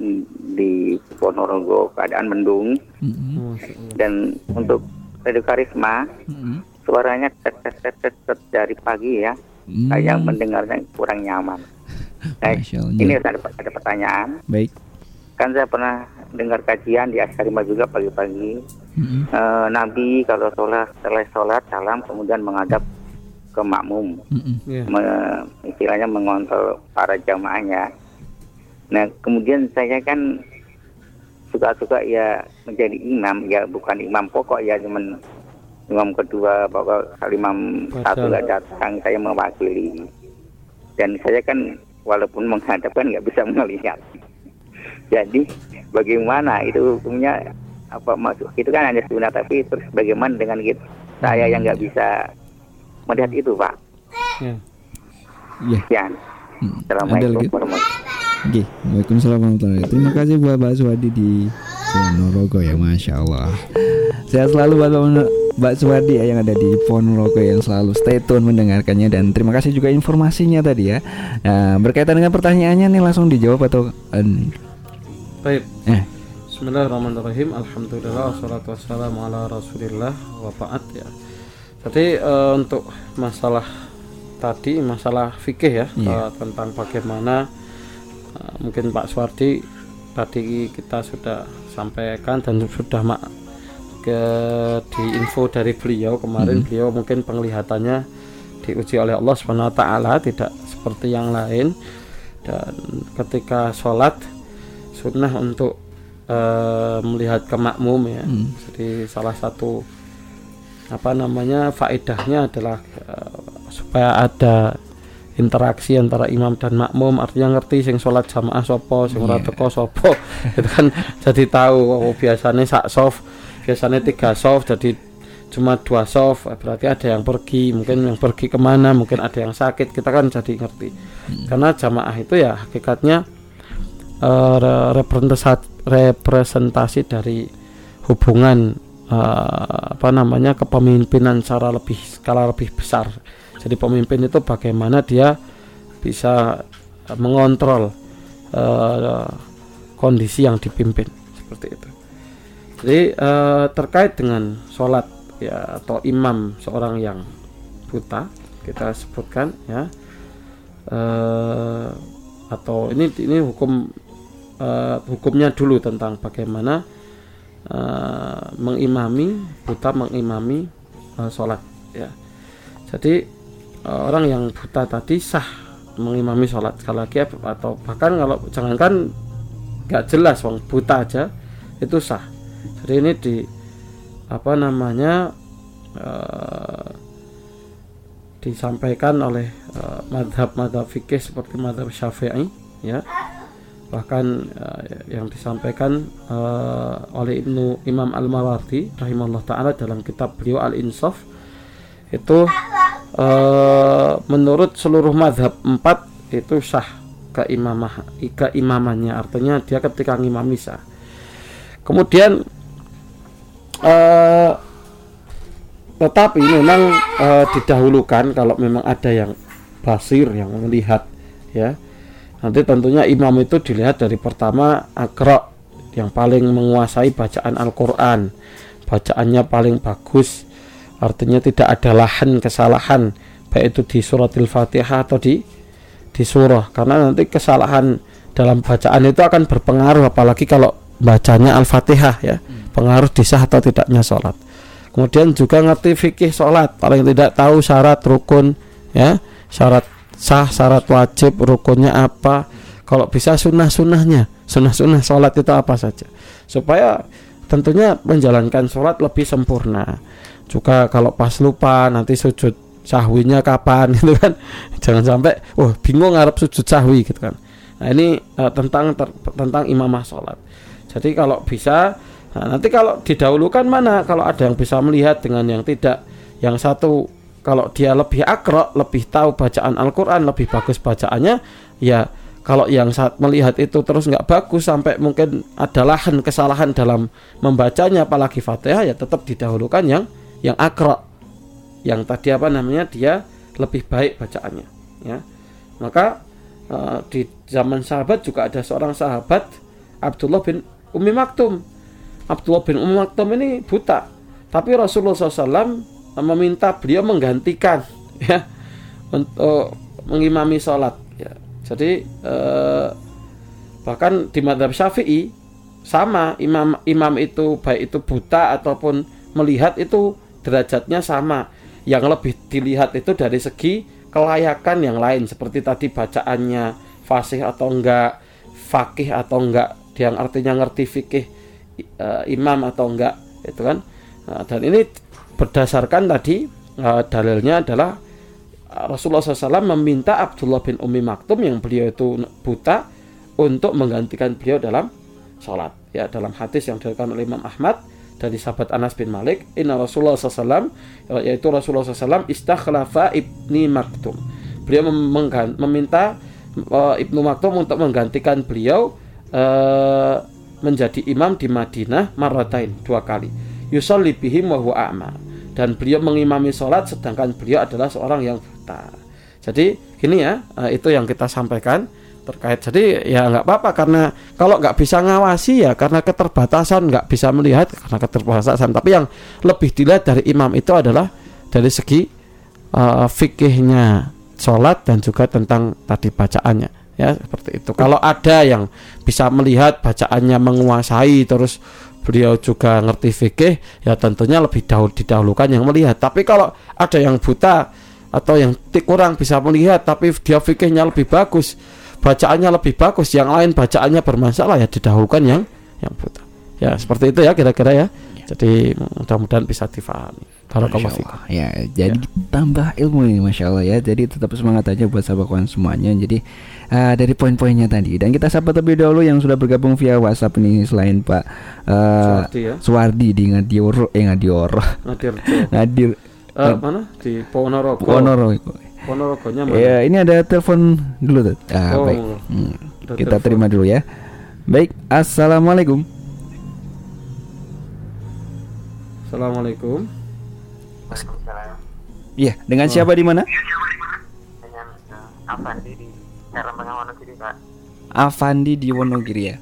Speaker 3: di Ponorogo keadaan mendung. Hmm. Dan untuk Radio Karisma, hmm. suaranya tet tet tet tet, tet dari pagi ya. Hmm. Saya mendengarnya kurang nyaman. Nah, ini ada, ada pertanyaan.
Speaker 1: Baik.
Speaker 3: Kan saya pernah dengar kajian di Askarima juga pagi-pagi. Mm-hmm. E, Nabi kalau sholat, setelah sholat salam kemudian menghadap ke makmum, mm-hmm. yeah. Me, istilahnya mengontrol para jamaahnya. Nah kemudian saya kan suka-suka ya menjadi imam, ya bukan imam pokok ya, cuman imam kedua, pokok imam satu nggak datang, saya mewakili. Dan saya kan walaupun menghadap kan nggak bisa melihat. Jadi bagaimana itu hukumnya, apa masuk itu kan hanya sunnah, tapi terus bagaimana dengan kita, saya yang nggak bisa melihat itu, Pak? Ya.
Speaker 1: Ya.
Speaker 3: Ya. Hmm. Assalamualaikum warahmatullahi
Speaker 1: wabarakatuh. Waalaikumsalam warahmatullahi wabarakatuh. Terima kasih buat Mbak Suwardi di Ponorogo ya, masya Allah. Sehat selalu buat Mbak Suwardi ya, yang ada di Ponorogo, yang selalu stay tune mendengarkannya, dan terima kasih juga informasinya tadi ya. Nah, berkaitan dengan pertanyaannya nih, langsung dijawab atau uh,
Speaker 2: baik. Eh. Bismillahirrahmanirrahim. Alhamdulillah wassalatu wassalamu ala Rasulillah wa ba'd ya. Jadi uh, untuk masalah tadi, masalah fikih ya, yeah. uh, tentang bagaimana uh, mungkin Pak Suwardi tadi kita sudah sampaikan dan sudah mak ke di info dari beliau kemarin. Mm-hmm. Beliau mungkin penglihatannya diuji oleh Allah Subhanahu wa taala, tidak seperti yang lain, dan ketika sholat sunnah untuk uh, melihat ke makmum ya. Mm. Jadi salah satu apa namanya faedahnya adalah uh, supaya ada interaksi antara imam dan makmum, artinya ngerti sing sholat jamaah sopo, sing ora teko sopo, itu kan jadi tahu. Oh, biasanya sak soft, biasanya tiga soft, jadi cuma dua soft, berarti ada yang pergi, mungkin yang pergi kemana, mungkin ada yang sakit, kita kan jadi ngerti. Hmm. Karena jamaah itu ya hakikatnya uh, representasi, representasi dari hubungan uh, apa namanya kepemimpinan secara lebih skala lebih besar. Jadi pemimpin itu bagaimana dia bisa mengontrol uh, kondisi yang dipimpin, seperti itu. Jadi uh, terkait dengan sholat ya atau imam seorang yang buta, kita sebutkan ya, uh, atau ini ini hukum uh, hukumnya dulu tentang bagaimana uh, mengimami buta mengimami uh, sholat ya. Jadi orang yang buta tadi sah mengimami sholat sekali lagi, atau bahkan kalau jangankan nggak jelas wong buta aja itu sah. Jadi ini di apa namanya uh, disampaikan oleh uh, madhab-madhab fikih seperti madhab Syafi'i ya, bahkan uh, yang disampaikan uh, oleh Ibnu Imam Al-Mawardi rahimahullah ta'ala dalam kitab beliau Al-Insaf itu Uh, menurut seluruh mazhab empat itu sah keimamah keimamannya, artinya dia ketika ngimami sah. Kemudian uh, tetapi memang uh, didahulukan kalau memang ada yang basir yang melihat ya, nanti tentunya imam itu dilihat dari pertama aqra, yang paling menguasai bacaan Al-Quran, bacaannya paling bagus, artinya tidak ada lahan kesalahan baik itu di suratil Fatihah atau di di surah, karena nanti kesalahan dalam bacaan itu akan berpengaruh, apalagi kalau bacanya Al-Fatihah ya, pengaruh di sah atau tidaknya sholat. Kemudian juga ngerti fikih sholat, paling tidak tahu syarat rukun ya, syarat sah, syarat wajib, rukunnya apa, kalau bisa sunnah-sunnahnya, sunnah-sunnah sholat itu apa saja, supaya tentunya menjalankan sholat lebih sempurna. Juga kalau pas lupa nanti sujud sahwinya kapan gitu kan, jangan sampai wah oh, bingung ngarep sujud sahwi gitu kan. Nah ini uh, tentang ter, tentang imamah sholat. Jadi kalau bisa, nah, nanti kalau didahulukan mana, kalau ada yang bisa melihat dengan yang tidak, yang satu kalau dia lebih akro, lebih tahu bacaan Al-Quran, lebih bagus bacaannya ya. Kalau yang saat melihat itu terus nggak bagus, sampai mungkin ada lahan kesalahan dalam membacanya apalagi Fatihah, ya tetap didahulukan yang yang akra, yang tadi apa namanya dia lebih baik bacaannya ya. Maka uh, di zaman sahabat juga ada seorang sahabat Abdullah bin Ummi Maktum. Abdullah bin Ummi Maktum ini buta, tapi Rasulullah shallallahu alaihi wasallam meminta beliau menggantikan ya untuk mengimami sholat ya. Jadi uh, bahkan di mazhab Syafi'i sama, imam imam itu baik itu buta ataupun melihat itu derajatnya sama. Yang lebih dilihat itu dari segi kelayakan yang lain, seperti tadi bacaannya fasih atau enggak, fakih atau enggak, yang artinya ngerti fikih uh, imam atau enggak, itu kan. Nah, dan ini berdasarkan tadi uh, dalilnya adalah uh, Rasulullah shallallahu alaihi wasallam meminta Abdullah bin Ummi Maktum yang beliau itu buta untuk menggantikan beliau dalam sholat ya, dalam hadis yang diriwayatkan oleh Imam Ahmad dari sahabat Anas bin Malik, inna Rasulullah shallallahu alaihi wasallam, yaitu Rasulullah shallallahu alaihi wasallam istakhlafa Ibni Maktum, beliau mem- meminta uh, Ibnu Maktum untuk menggantikan beliau uh, menjadi imam di Madinah marratain, dua kali, yusalli bihim wa huwa a'ma, dan beliau mengimami sholat sedangkan beliau adalah seorang yang buta. Jadi gini ya, uh, itu yang kita sampaikan terkait. Jadi ya nggak apa-apa, karena kalau nggak bisa ngawasi ya karena keterbatasan, nggak bisa melihat karena keterbatasan. Tapi yang lebih dilihat dari imam itu adalah dari segi uh, fikihnya sholat dan juga tentang tadi bacaannya ya, seperti itu. Kalau ada yang bisa melihat bacaannya menguasai, terus beliau juga ngerti fikih, ya tentunya lebih dahulu didahulukan yang melihat. Tapi kalau ada yang buta atau yang kurang bisa melihat tapi dia fikihnya lebih bagus, bacaannya lebih bagus, yang lain bacaannya bermasalah, ya didahulukan yang yang buta. Ya seperti itu ya kira-kira ya. Jadi mudah-mudahan bisa difahami. Barakallahu fikum.
Speaker 1: Ya, jadi ya. tambah ilmu nih, masya Allah ya. Jadi tetap semangat aja buat sahabat kawan semuanya. Jadi uh, dari poin-poinnya tadi. Dan kita sapa terlebih dahulu yang sudah bergabung via WhatsApp nih, selain Pak uh, Suwardi, ya? Suwardi di Ngadioro, eh Ngadioro. Ngadir.
Speaker 2: Uh, mana di Ponorogo.
Speaker 1: Ponorogo.
Speaker 2: Ponorogonya mana?
Speaker 1: Ya, ini ada telepon dulu tuh. Ah, oh, baik. Hmm. Kita telepon. Terima dulu ya. Baik, assalamualaikum.
Speaker 2: Assalamualaikum.
Speaker 3: Waalaikumsalam.
Speaker 1: Iya, dengan oh. siapa di mana?
Speaker 3: Dengan uh, Avandi di Karambang Wonogiri, Pak.
Speaker 1: Avandi di Wonogiri ya.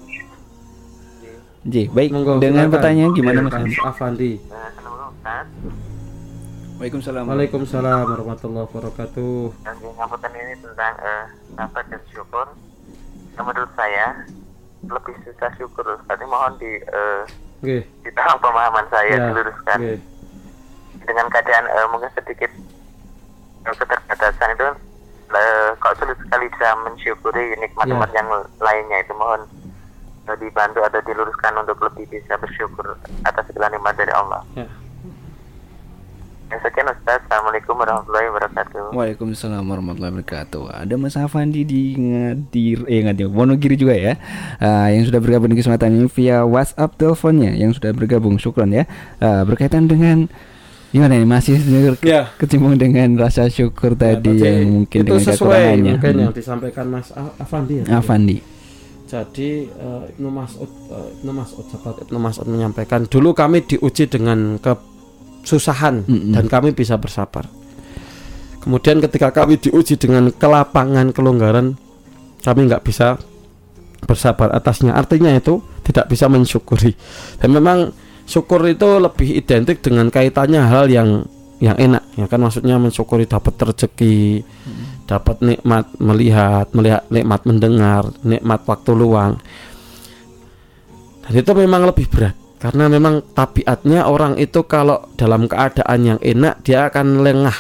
Speaker 1: J, baik.
Speaker 2: Monggo,
Speaker 1: dengan silakan. Pertanyaan gimana Mas
Speaker 2: Avandi?
Speaker 3: Assalamualaikum, Ustaz.
Speaker 1: Waalaikumsalam.
Speaker 2: Waalaikumsalam warahmatullahi wabarakatuh.
Speaker 3: Yang ngapunten ini tentang uh, sabar dan syukur. Yang menurut saya lebih susah syukur. Tadi mohon di uh,
Speaker 2: okay.
Speaker 3: di tahap pemahaman saya
Speaker 2: yeah.
Speaker 3: diluruskan.
Speaker 2: Okay.
Speaker 3: Dengan keadaan uh, mungkin sedikit uh, keterbatasan itu, uh, kok sulit sekali bisa mensyukuri nikmat-nikmat yeah. yang lainnya itu, mohon uh, dibantu atau diluruskan untuk lebih bisa bersyukur atas segala nikmat dari Allah. Yeah. Yang sekian Ustaz. Assalamualaikum warahmatullahi wabarakatuh.
Speaker 1: Waalaikumsalam warahmatullahi wabarakatuh. Ada Mas Avandi di Ngadir, eh Ngadir, Wonogiri juga ya, uh, yang sudah bergabung di kesempatan ini via WhatsApp teleponnya, yang sudah bergabung, syukron ya. Uh, berkaitan dengan gimana ini, masih
Speaker 2: ya.
Speaker 1: kecimbung dengan rasa syukur ya, tadi yang mungkin dengan kekurangannya.
Speaker 2: Mungkin
Speaker 1: hmm.
Speaker 2: yang disampaikan Mas Avandi ya.
Speaker 1: Avandi.
Speaker 2: Jadi uh, Ibnu Mas'ud, uh, Ibnu Mas'ud, sahabat Ibnu Mas'ud menyampaikan, dulu kami diuji dengan ke susahan mm-hmm. dan kami bisa bersabar. Kemudian ketika kami diuji dengan kelapangan, kelonggaran, kami nggak bisa bersabar atasnya. Artinya itu tidak bisa mensyukuri. Dan memang syukur itu lebih identik dengan kaitannya hal yang yang enak, ya kan, maksudnya mensyukuri dapat rezeki, mm-hmm. dapat nikmat melihat, melihat nikmat mendengar, nikmat waktu luang. Dan itu memang lebih berat. Karena memang tabiatnya orang itu kalau dalam keadaan yang enak dia akan lengah.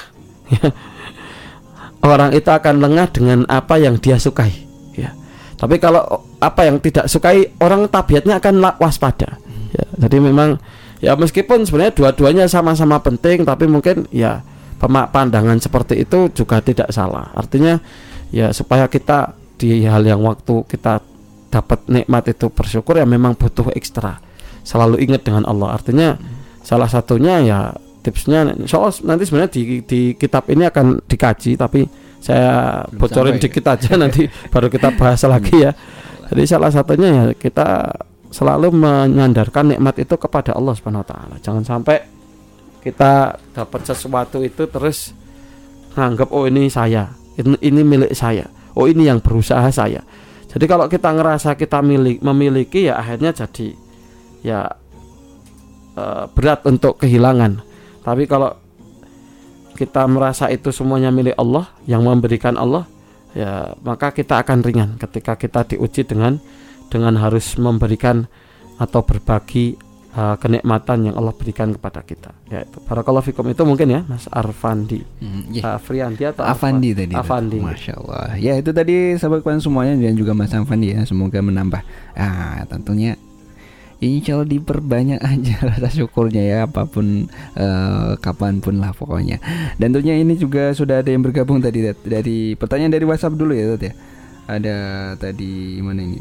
Speaker 2: Orang itu akan lengah dengan apa yang dia sukai ya. Tapi kalau apa yang tidak sukai, orang tabiatnya akan waspada ya. Jadi memang ya meskipun sebenarnya dua-duanya sama-sama penting, tapi mungkin ya pandangan seperti itu juga tidak salah. Artinya ya supaya kita di hal yang waktu kita dapat nikmat itu bersyukur, ya memang butuh ekstra. Selalu ingat dengan Allah. Artinya hmm. salah satunya ya tipsnya, soal nanti sebenarnya di, di kitab ini akan dikaji, tapi saya belum bocorin dikit ya. aja nanti baru kita bahas lagi ya. Jadi salah satunya ya kita selalu menyandarkan nikmat itu kepada Allah Subhanahu wa taala. Jangan sampai kita dapat sesuatu itu terus nganggap oh ini saya, ini, ini milik saya, oh ini yang berusaha saya. Jadi kalau kita ngerasa kita milik memiliki, ya akhirnya jadi ya uh, berat untuk kehilangan. Tapi kalau kita merasa itu semuanya milik Allah, yang memberikan Allah, ya maka kita akan ringan ketika kita diuji dengan dengan harus memberikan atau berbagi uh, kenikmatan yang Allah berikan kepada kita. Ya itu. Barakallahu fikum, itu mungkin ya Mas Arfandi, hmm, yeah. uh, Friandi atau
Speaker 1: Avandi tadi.
Speaker 2: Avandi.
Speaker 1: Masya Allah. Ya itu tadi sahabat kawan semuanya, dan juga Mas Avandi ya. Semoga menambah. Ah tentunya. Insya Allah diperbanyak aja rasa syukurnya ya, apapun uh, kapanpun lah pokoknya. Dan tentunya ini juga sudah ada yang bergabung tadi dari pertanyaan dari WhatsApp dulu ya Tat ya. Ada tadi mana ini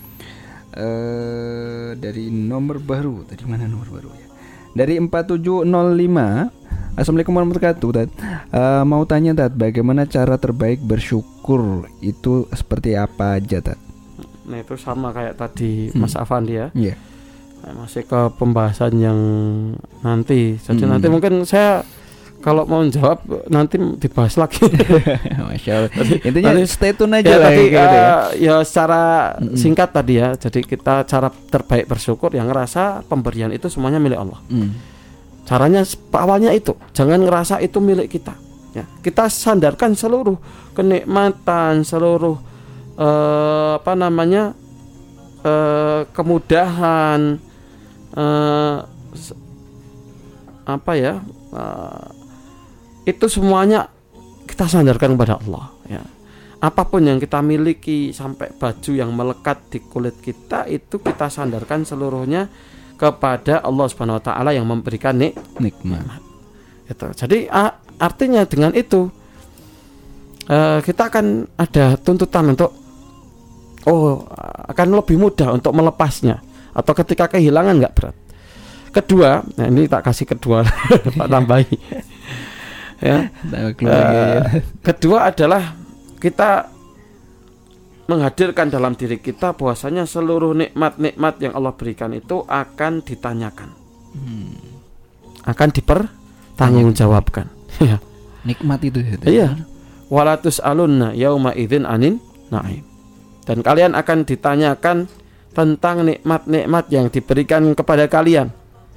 Speaker 1: uh, dari nomor baru, tadi mana nomor baru ya? Dari empat tujuh nol lima. Assalamualaikum warahmatullahi wabarakatuh Tat. Uh, mau tanya Tat, bagaimana cara terbaik bersyukur itu seperti apa aja Tat?
Speaker 2: Nah itu sama kayak tadi hmm. Mas Avandi ya.
Speaker 1: Iya. Yeah.
Speaker 2: Masih ke pembahasan yang nanti. Jadi hmm. nanti mungkin saya kalau mau jawab nanti dibahas lagi.
Speaker 1: Masya Allah. Intinya nanti, stay tune aja
Speaker 2: ya,
Speaker 1: lah
Speaker 2: tadi,
Speaker 1: gitu ya.
Speaker 2: Uh, ya secara hmm. singkat tadi ya. Jadi kita cara terbaik bersyukur yang ngerasa pemberian itu semuanya milik Allah. Hmm. Caranya awalnya itu, jangan ngerasa itu milik kita. Ya, kita sandarkan seluruh kenikmatan, seluruh uh, apa namanya uh, kemudahan. Uh, apa ya uh, itu semuanya kita sandarkan kepada Allah ya. Apapun yang kita miliki, sampai baju yang melekat di kulit kita, itu kita sandarkan seluruhnya kepada Allah Subhanahu wa taala yang memberikan nik- nikmat. Itu. Jadi a- artinya dengan itu uh, kita akan ada tuntutan untuk oh akan lebih mudah untuk melepasnya, atau ketika kehilangan nggak berat. Kedua, nah ini tak kasih kedua, tak tambahi. Ya. Uh, kedua adalah kita menghadirkan dalam diri kita bahwasanya seluruh nikmat-nikmat yang Allah berikan itu akan ditanyakan, hmm. akan dipertanggungjawabkan.
Speaker 1: Nikmat itu ya.
Speaker 2: Iya. Walatus alunna yauma idzin anin naim. Dan kalian akan ditanyakan tentang nikmat-nikmat yang diberikan kepada kalian.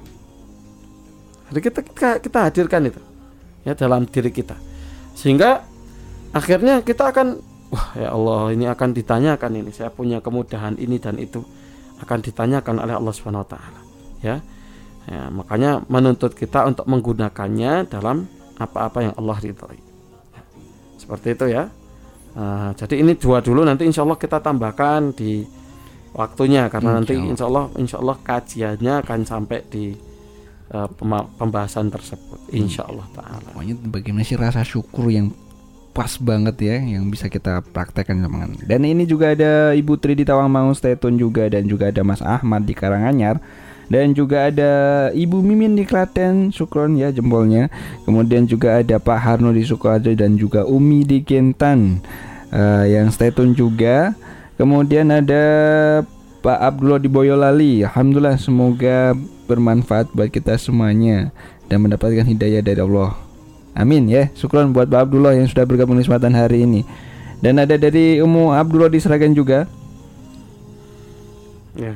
Speaker 2: Jadi kita, kita kita hadirkan itu ya dalam diri kita, sehingga akhirnya kita akan wah ya Allah, ini akan ditanyakan, ini saya punya kemudahan ini dan itu akan ditanyakan oleh Allah Subhanahu wa taala ya. Ya, makanya menuntut kita untuk menggunakannya dalam apa-apa yang Allah ridhoi. Seperti itu ya. Nah, jadi ini dua dulu, nanti insya Allah kita tambahkan di waktunya, karena nanti insya Allah insya Allah kajiannya akan sampai di uh, pembahasan tersebut insya Allah taala.
Speaker 1: Pokoknya bagaimana sih rasa syukur yang pas banget ya, yang bisa kita praktekkan teman. Dan ini juga ada Ibu Tri di Tawangmangu stay tune juga, dan juga ada Mas Ahmad di Karanganyar, dan juga ada Ibu Mimin di Klaten, syukron ya jempolnya. Kemudian juga ada Pak Harno di Sukoharjo, dan juga Umi di Kentan uh, yang stay tune juga. Kemudian ada Pak Abdullah di Boyolali. Alhamdulillah, semoga bermanfaat buat kita semuanya dan mendapatkan hidayah dari Allah. Amin ya. Syukron buat Pak Abdullah yang sudah bergabung di kesempatan hari ini. Dan ada dari Ummu Abdullah di Sragen juga.
Speaker 2: Ya.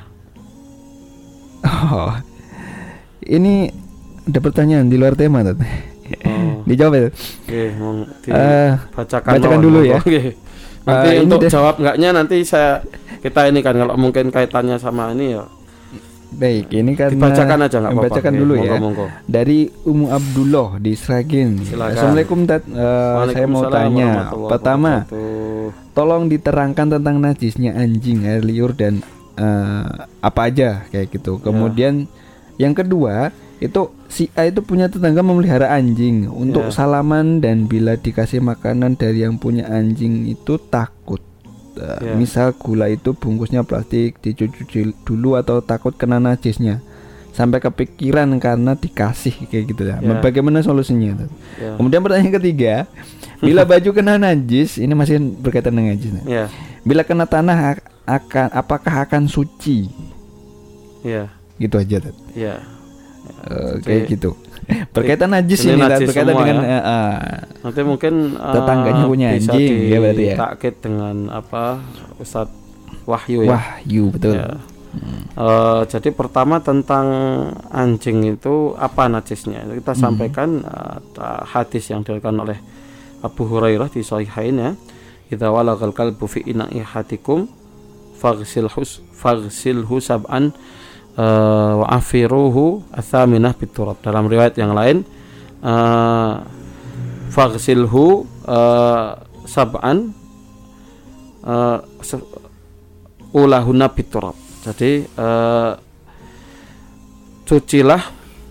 Speaker 1: Oh, ini ada pertanyaan di luar tema, Tat. Oh. Dijawab ya.
Speaker 2: Oke, mau
Speaker 1: dibacakan uh, bacakan dulu ya.
Speaker 2: Oke. Nanti uh, untuk jawab enggaknya nanti saya kita ini kan kalau mungkin kaitannya sama ini ya.
Speaker 1: Baik, ini kan
Speaker 2: dibacakan aja enggak apa-apa.
Speaker 1: Bacakan dulu
Speaker 2: monggo,
Speaker 1: ya.
Speaker 2: Monggo.
Speaker 1: Dari Ummu Abdullah di Sragen. Assalamualaikum, Tat. Uh, saya mau tanya. Pertama, tolong diterangkan tentang najisnya anjing, air liur dan uh, apa aja kayak gitu. Kemudian ya. Yang kedua, itu si A itu punya tetangga memelihara anjing untuk ya. salaman, dan bila dikasih makanan dari yang punya anjing itu takut. Uh, yeah. Misal gula itu bungkusnya plastik, dicuci dulu atau takut kena najisnya, sampai kepikiran karena dikasih kayak gitu ya. Yeah. Bagaimana solusinya? Yeah. Kemudian pertanyaan ketiga, bila baju kena najis, ini masih berkaitan dengan najis. Yeah. Bila kena tanah akan apakah akan suci?
Speaker 2: Ya. Yeah.
Speaker 1: Gitu aja. Iya.
Speaker 2: Yeah.
Speaker 1: Uh, kayak gitu. Berkaitan najis ini, ini berkaitan dengan
Speaker 2: ya.
Speaker 1: uh, uh,
Speaker 2: nanti mungkin uh,
Speaker 1: tetangganya punya anjing ya berarti ya.
Speaker 2: Takkit dengan apa Ustadz Wahyu ya.
Speaker 1: Wahyu betul.
Speaker 2: Ya. Hmm. Uh, jadi pertama tentang anjing itu apa najisnya? Kita hmm. sampaikan uh, hadis yang diriwayatkan oleh Abu Hurairah di Sahihain ya. Idza walagal kalbu fi ina'i hatikum faghsilhu faghsilhu sab'an Uh, wa afiruhu athaminah biturab. Dalam riwayat yang lain uh, faghsilhu uh, sab'an uh, ulahuna biturab. Jadi uh, cucilah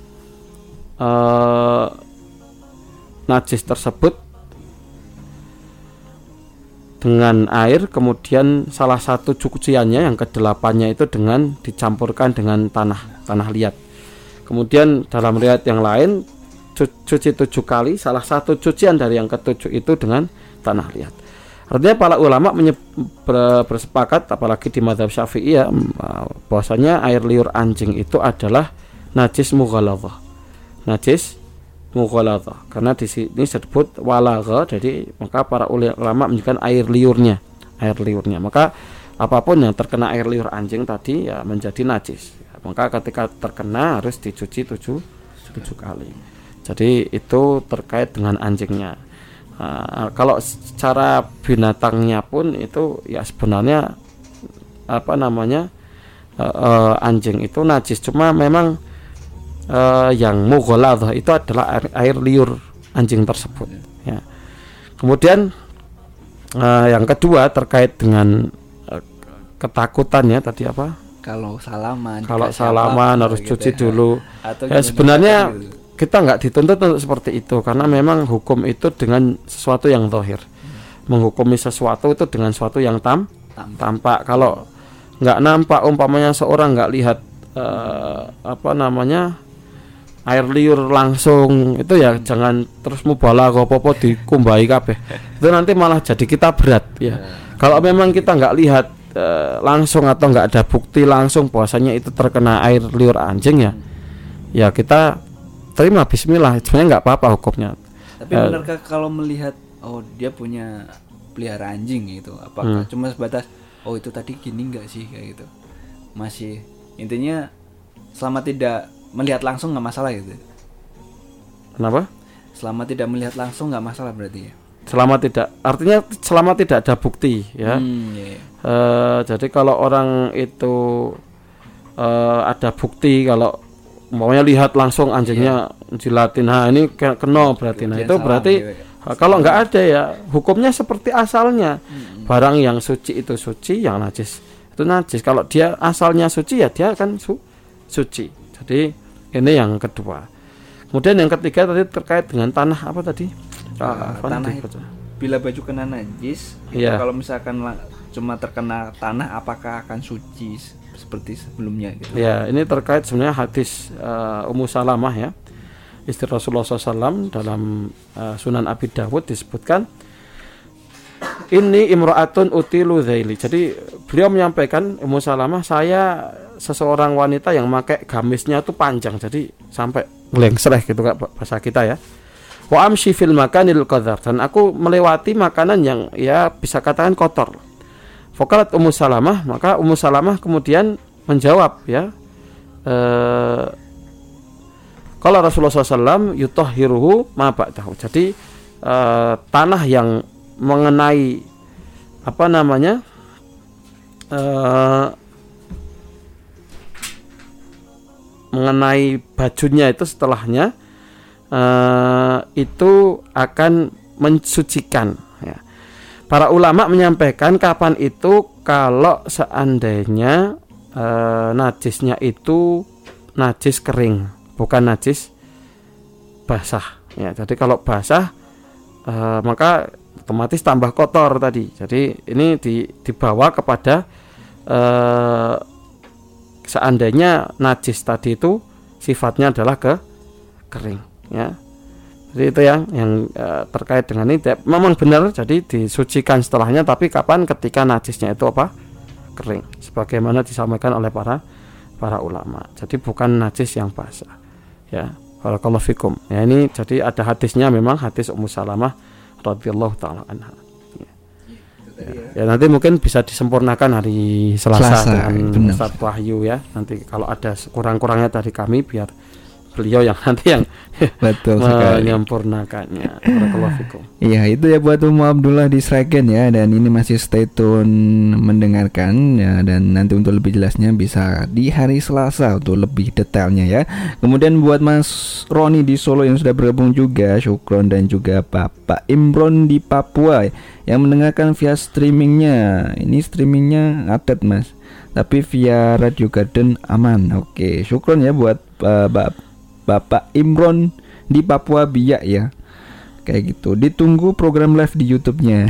Speaker 2: uh, najis tersebut dengan air, kemudian salah satu cuciannya yang kedelapannya itu dengan dicampurkan dengan tanah tanah liat. Kemudian dalam riwayat yang lain cuci tujuh kali, salah satu cucian dari yang ketujuh itu dengan tanah liat. Artinya para ulama menye- bersepakat, apalagi di mazhab Syafi'i ya, bahwasanya air liur anjing itu adalah najis mughaladzah. Najis mughaladzah, karena di sini disebut walagha, jadi maka para ulama menunjukkan air liurnya, air liurnya. Maka apapun yang terkena air liur anjing tadi ya menjadi najis. Ya, maka ketika terkena harus dicuci tujuh tujuh kali. Jadi itu terkait dengan anjingnya. Nah, kalau secara binatangnya pun itu ya sebenarnya apa namanya uh, uh, anjing itu najis, cuma memang Uh, yang mughaladzah itu adalah air, air liur anjing tersebut ya. Kemudian uh, yang kedua terkait dengan uh, ketakutannya tadi apa
Speaker 1: kalau salaman
Speaker 2: kalau salaman harus gitu cuci ya. Dulu
Speaker 1: atau
Speaker 2: ya sebenarnya gitu. Kita nggak dituntut untuk seperti itu karena memang hukum itu dengan sesuatu yang zahir. Hmm. Menghukumi sesuatu itu dengan sesuatu yang tam tampak, tampak. Kalau nggak nampak umpamanya seorang nggak lihat uh, apa namanya air liur langsung itu ya hmm. jangan terus mubala apa-apa dikumbahi kabeh. Itu nanti malah jadi kita berat ya. Yeah. Kalau memang kita nggak lihat Uh, langsung atau nggak ada bukti langsung bahwasanya itu terkena air liur anjing ya, hmm. ya kita terima bismillah, sebenarnya nggak apa-apa hukumnya.
Speaker 1: Tapi uh, benarkah kalau melihat oh dia punya pelihara anjing gitu, apakah hmm. cuma sebatas oh itu tadi gini nggak sih kayak gitu, masih intinya selama tidak melihat langsung nggak masalah gitu.
Speaker 2: Kenapa?
Speaker 1: Selama tidak melihat langsung nggak masalah berarti ya.
Speaker 2: Selama tidak, artinya selama tidak ada bukti ya. Hmm, yeah, yeah. Uh, jadi kalau orang itu uh, ada bukti, kalau maunya lihat langsung anjingnya yeah. jilatin, nah ini kena berarti, nah itu berarti gitu. Kalau nggak ada ya hukumnya seperti asalnya. Hmm. Barang yang suci itu suci, yang najis itu najis. Kalau dia asalnya suci ya dia akan su- suci. Jadi ini yang kedua. Kemudian yang ketiga tadi terkait dengan tanah apa tadi?
Speaker 1: Uh, tanah itu, bila baju kena najis, yeah. kalau misalkan la- cuma terkena tanah, apakah akan suci seperti sebelumnya? Gitu?
Speaker 2: Ya, ini terkait sebenarnya hadis uh, Ummu Salamah ya, istri Rasulullah shallallahu alaihi wasallam dalam uh, Sunan Abi Dawud disebutkan, ini imro'atun utilu dzaili. Jadi beliau menyampaikan Ummu Salamah, saya seseorang wanita yang pakai gamisnya itu panjang, jadi sampai ngelengsereh gitu kak bahasa kita ya. Wa amshi fil makanil qadhar, dan aku melewati makanan yang ya bisa katakan kotor. Faqalat Ummu Salamah, maka Ummu Salamah kemudian menjawab ya, eh kalau Rasulullah shallallahu alaihi wasallam yutahhiruhu ma ba'dahu. Jadi eh, tanah yang mengenai apa namanya eh, mengenai bajunya itu setelahnya Uh, itu akan mensucikan ya. Para ulama menyampaikan kapan itu kalau seandainya uh, najisnya itu najis kering, bukan najis basah ya. Jadi kalau basah uh, maka otomatis tambah kotor tadi. Jadi ini di, dibawa kepada uh, seandainya najis tadi itu sifatnya adalah ke kering ya. Jadi itu yang yang uh, terkait dengan ini memang benar, jadi disucikan setelahnya, tapi kapan? Ketika najisnya itu apa? Kering, sebagaimana disampaikan oleh para para ulama. Jadi bukan najis yang basah ya. Barakallahu fikum. Ya ini jadi ada hadisnya, memang hadis Ummu Salamah radhiyallahu taala anha. Ya. Ya, ya nanti mungkin bisa disempurnakan hari Selasa, Selasa dengan Ustaz Wahyu ya. Nanti kalau ada kurang-kurangnya dari kami biar beliau yang nanti yang betul menyempurnakannya. Barakallahu fikum.
Speaker 1: Iya, itu ya buat Ummu Abdullah di Sragen ya, dan ini masih stay tune mendengarkan ya, dan nanti untuk lebih jelasnya bisa di hari Selasa untuk lebih detailnya ya. Kemudian buat Mas Roni di Solo yang sudah bergabung juga, syukron, dan juga Bapak Imron di Papua yang mendengarkan via streamingnya. Ini streamingnya update Mas, tapi via Radio Garden aman. Oke, syukron ya buat uh, Bapak Bapak Imron di Papua Biak ya. Kayak gitu. Ditunggu program live di YouTube-nya.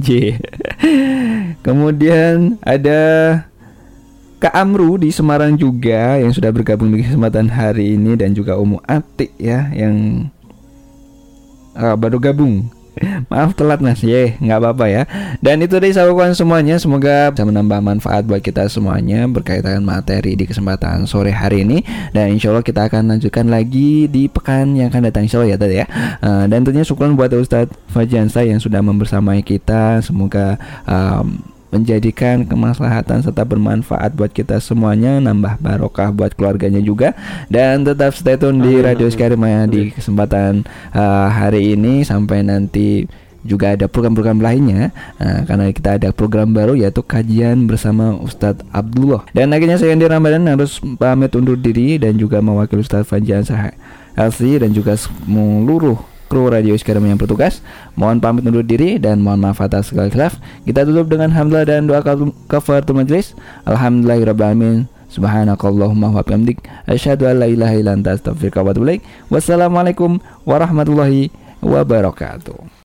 Speaker 1: Kemudian ada Kak Amru di Semarang juga yang sudah bergabung di kesempatan hari ini, dan juga Umu Atik ya yang uh, baru gabung. Maaf telat Mas, ye, nggak apa-apa ya. Dan itu dari sahabat semuanya, semoga bisa menambah manfaat buat kita semuanya berkaitan materi di kesempatan sore hari ini. Dan insya Allah kita akan lanjutkan lagi di pekan yang akan datang, insya Allah ya tadi ya. uh, Dan tentunya syukur buat Ustadz Fajansa yang sudah membersamai kita. Semoga um, menjadikan kemaslahatan serta bermanfaat buat kita semuanya, nambah barokah buat keluarganya juga. Dan tetap stay tune di Radio Skarimaya di kesempatan uh, hari ini sampai nanti juga ada program-program lainnya, uh, karena kita ada program baru yaitu kajian bersama Ustadz Abdullah. Dan akhirnya saya Andi Ramadan harus pamit undur diri dan juga mewakili Ustadz Fajansa Elsi dan juga seluruh kru Radio Skarimaya yang bertugas. Mohon pamit undur diri dan mohon maaf atas segala khilaf. Kita tutup dengan hamdalah dan doa kafaratul majelis. Alhamdulillahirabbil alamin. Subhanakallahumma wa bihamdik asyhadu an la ilaha illa anta astaghfiruka wa atubu ilaik. Wassalamualaikum warahmatullahi wabarakatuh.